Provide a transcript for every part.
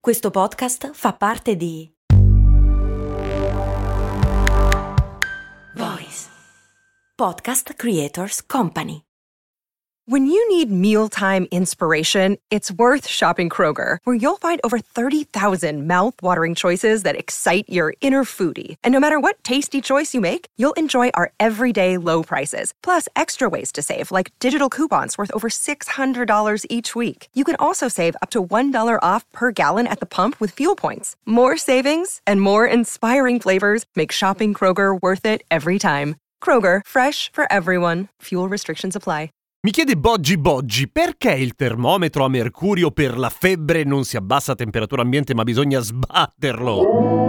Questo podcast fa parte di Voice Podcast Creators Company. When you need mealtime inspiration, it's worth shopping Kroger, where you'll find over 30,000 mouth-watering choices that excite your inner foodie. And no matter what tasty choice you make, you'll enjoy our everyday low prices, plus extra ways to save, like digital coupons worth over $600 each week. You can also save up to $1 off per gallon at the pump with fuel points. More savings and more inspiring flavors make shopping Kroger worth it every time. Kroger, fresh for everyone. Fuel restrictions apply. Mi chiede Boggi, perché il termometro a mercurio per la febbre non si abbassa a temperatura ambiente ma bisogna sbatterlo?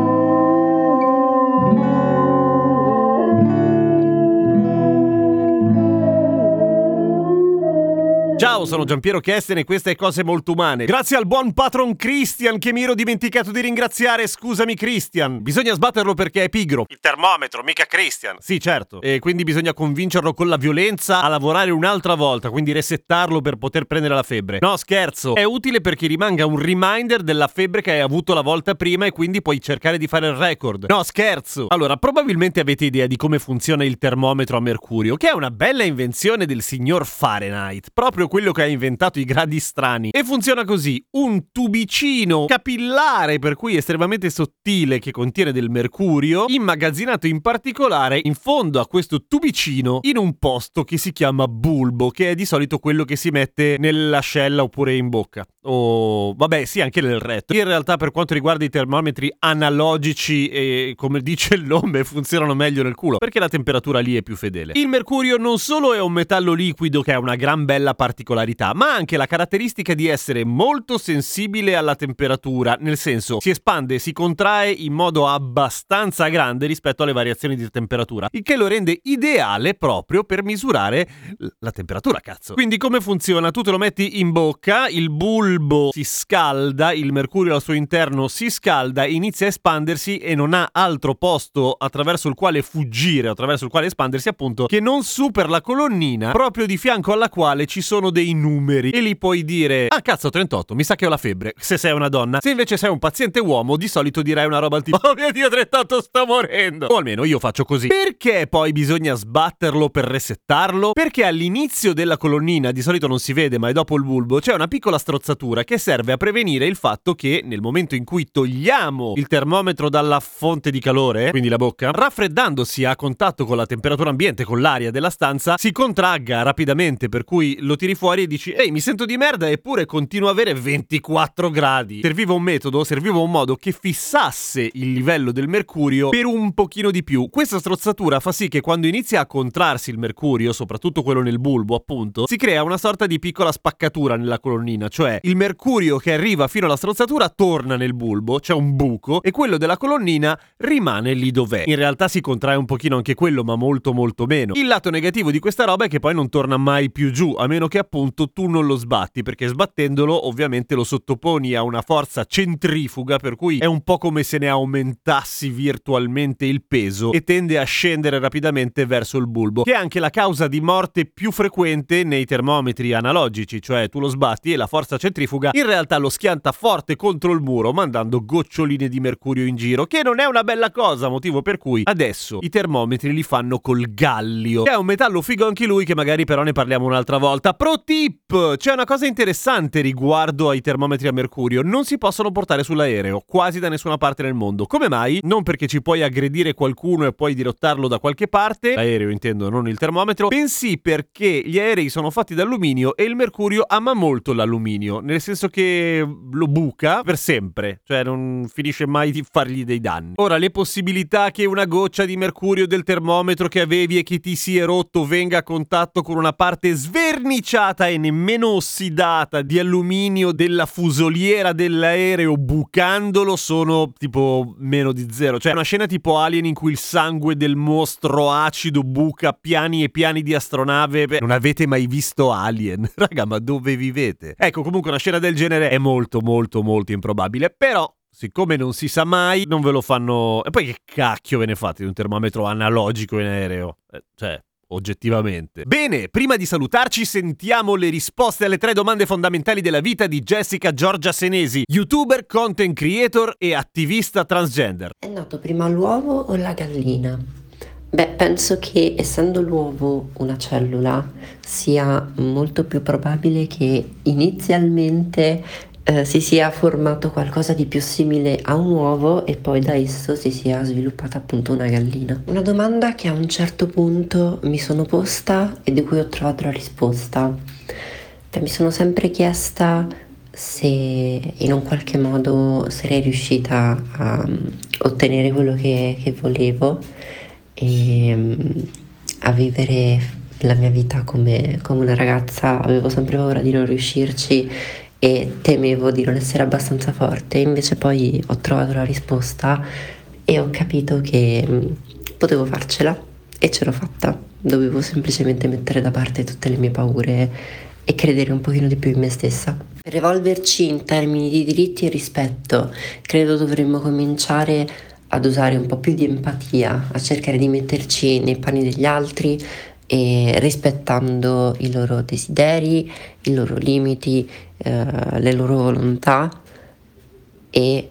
Ciao, sono Giampiero Kesten e queste è Cose Molto Umane. Grazie al buon patron Christian che mi ero dimenticato di ringraziare. Scusami Christian. Bisogna sbatterlo perché è pigro. Il termometro, mica Christian. Sì, certo. E quindi bisogna convincerlo con la violenza a lavorare un'altra volta, quindi resettarlo per poter prendere la febbre. No, scherzo. È utile perché rimanga un reminder della febbre che hai avuto la volta prima e quindi puoi cercare di fare il record. No, scherzo. Allora, probabilmente avete idea di come funziona il termometro a mercurio, che è una bella invenzione del signor Fahrenheit, proprio quello che ha inventato i gradi strani. E funziona così: un tubicino capillare, per cui estremamente sottile, che contiene del mercurio, immagazzinato in particolare in fondo a questo tubicino in un posto che si chiama bulbo, che è di solito quello che si mette nell'ascella oppure in bocca. O vabbè, sì, anche nel retto. In realtà, per quanto riguarda i termometri analogici, come dice il nome, funzionano meglio nel culo, perché la temperatura lì è più fedele. Il mercurio non solo è un metallo liquido che ha una gran bella particolarità, ma ha anche la caratteristica di essere molto sensibile alla temperatura, nel senso si espande e si contrae in modo abbastanza grande rispetto alle variazioni di temperatura, il che lo rende ideale proprio per misurare la temperatura, cazzo. Quindi come funziona? Tu te lo metti in bocca, il bulbo si scalda, il mercurio al suo interno si scalda, inizia a espandersi e non ha altro posto attraverso il quale fuggire, attraverso il quale espandersi appunto, che non su per la colonnina proprio di fianco alla quale ci sono dei numeri e lì puoi dire: ah cazzo, 38, mi sa che ho la febbre, se sei una donna. Se invece sei un paziente uomo, di solito direi una roba tipo: oh mio Dio, 38, sto morendo. O almeno io faccio così. Perché poi bisogna sbatterlo per resettarlo? Perché all'inizio della colonnina, di solito non si vede ma è dopo il bulbo, c'è una piccola strozzatura che serve a prevenire il fatto che nel momento in cui togliamo il termometro dalla fonte di calore, quindi la bocca, raffreddandosi a contatto con la temperatura ambiente, con l'aria della stanza, si contragga rapidamente, per cui lo tiri fuori e dici: ehi, mi sento di merda, eppure continuo a avere 24 gradi. Serviva un modo che fissasse il livello del mercurio per un pochino di più. Questa strozzatura fa sì che quando inizia a contrarsi il mercurio, soprattutto quello nel bulbo appunto, si crea una sorta di piccola spaccatura nella colonnina, cioè il mercurio che arriva fino alla strozzatura torna nel bulbo, c'è un buco, e quello della colonnina rimane lì dov'è. In realtà si contrae un pochino anche quello, ma molto molto meno. Il lato negativo di questa roba è che poi non torna mai più giù, a meno che appunto tu non lo sbatti, perché sbattendolo ovviamente lo sottoponi a una forza centrifuga, per cui è un po' come se ne aumentassi virtualmente il peso e tende a scendere rapidamente verso il bulbo, che è anche la causa di morte più frequente nei termometri analogici, cioè tu lo sbatti e la forza centrifuga in realtà lo schianta forte contro il muro, mandando goccioline di mercurio in giro, che non è una bella cosa, motivo per cui adesso i termometri li fanno col gallio, che è un metallo figo anche lui, che magari però ne parliamo un'altra volta. Pro tip! C'è una cosa interessante riguardo ai termometri a mercurio: non si possono portare sull'aereo, quasi da nessuna parte nel mondo. Come mai? Non perché ci puoi aggredire qualcuno e poi dirottarlo da qualche parte, l'aereo intendo, non il termometro, bensì perché gli aerei sono fatti d'alluminio e il mercurio ama molto l'alluminio, nel senso che lo buca per sempre, cioè non finisce mai di fargli dei danni. Ora, le possibilità che una goccia di mercurio del termometro che avevi e che ti si è rotto venga a contatto con una parte sverniciata e nemmeno ossidata di alluminio della fusoliera dell'aereo bucandolo sono tipo meno di zero. Cioè è una scena tipo Alien in cui il sangue del mostro acido buca piani e piani di astronave. Beh, non avete mai visto Alien? Raga, ma dove vivete? Ecco, comunque una scena del genere è molto molto molto improbabile, però siccome non si sa mai, non ve lo fanno. E poi che cacchio ve ne fate di un termometro analogico in aereo? Cioè, oggettivamente. Bene, prima di salutarci sentiamo le risposte alle 3 domande fondamentali della vita di Jessica Giorgia Senesi, youtuber, content creator e attivista transgender. È nato prima l'uovo o la gallina? Beh, penso che essendo l'uovo una cellula sia molto più probabile che inizialmente si sia formato qualcosa di più simile a un uovo e poi da esso si sia sviluppata appunto una gallina. Una domanda che a un certo punto mi sono posta e di cui ho trovato la risposta. Mi sono sempre chiesta se in un qualche modo sarei riuscita a ottenere quello che volevo e a vivere la mia vita come una ragazza. Avevo sempre paura di non riuscirci e temevo di non essere abbastanza forte, invece poi ho trovato la risposta e ho capito che potevo farcela e ce l'ho fatta. Dovevo semplicemente mettere da parte tutte le mie paure e credere un pochino di più in me stessa. Per evolverci in termini di diritti e rispetto, credo dovremmo cominciare ad usare un po' più di empatia, a cercare di metterci nei panni degli altri e rispettando i loro desideri, i loro limiti, le loro volontà e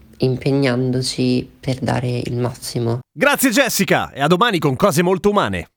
impegnandoci per dare il massimo. Grazie Jessica e a domani con Cose Molto Umane.